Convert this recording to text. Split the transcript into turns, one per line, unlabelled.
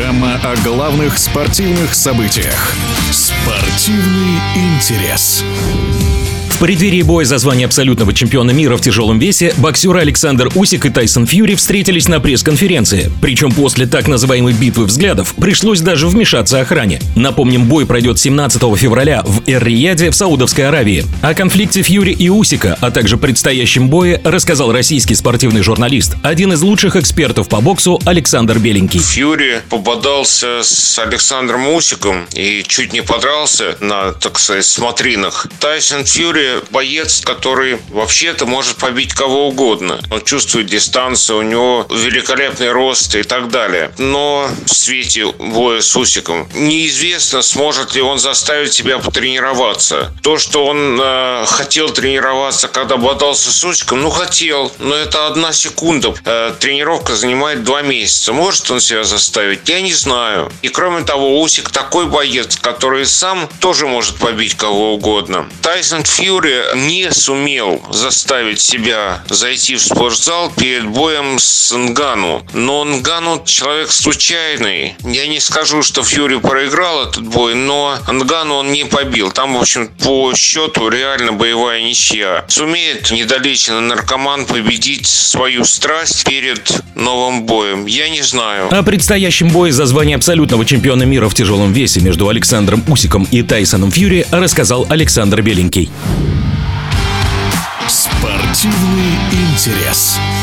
Программа о главных спортивных событиях. Спортивный интерес.
В преддверии боя за звание абсолютного чемпиона мира в тяжелом весе боксеры Александр Усик и Тайсон Фьюри встретились на пресс-конференции. Причем после так называемой битвы взглядов пришлось даже вмешаться охране. Напомним, бой пройдет 17 февраля в Эр-Рияде в Саудовской Аравии. О конфликте Фьюри и Усика, а также предстоящем бое рассказал российский спортивный журналист, один из лучших экспертов по боксу Александр Беленький.
Фьюри пободался с Александром Усиком и чуть не подрался на, так сказать, смотринах. Тайсон Фьюри боец, который вообще-то может побить кого угодно. Он чувствует дистанцию, у него великолепный рост и так далее. Но в свете боя с Усиком неизвестно, сможет ли он заставить себя потренироваться. То, что он хотел тренироваться, когда бодался с Усиком, хотел, но это 1 секунда. Тренировка занимает 2 месяца. Может он себя заставить? Я не знаю. И кроме того, Усик такой боец, который сам тоже может побить кого угодно. Тайсон Фьюри не сумел заставить себя зайти в спортзал перед боем с Нгану. Но Нгану человек случайный. Я не скажу, что Фьюри проиграл этот бой, но Нгану он не побил. Там, в общем, по счету реально боевая ничья. Сумеет недолеченный наркоман победить свою страсть перед новым боем? Я не знаю.
О предстоящем бое за звание абсолютного чемпиона мира в тяжелом весе между Александром Усиком и Тайсоном Фьюри рассказал Александр Беленький.
Спортивный интерес.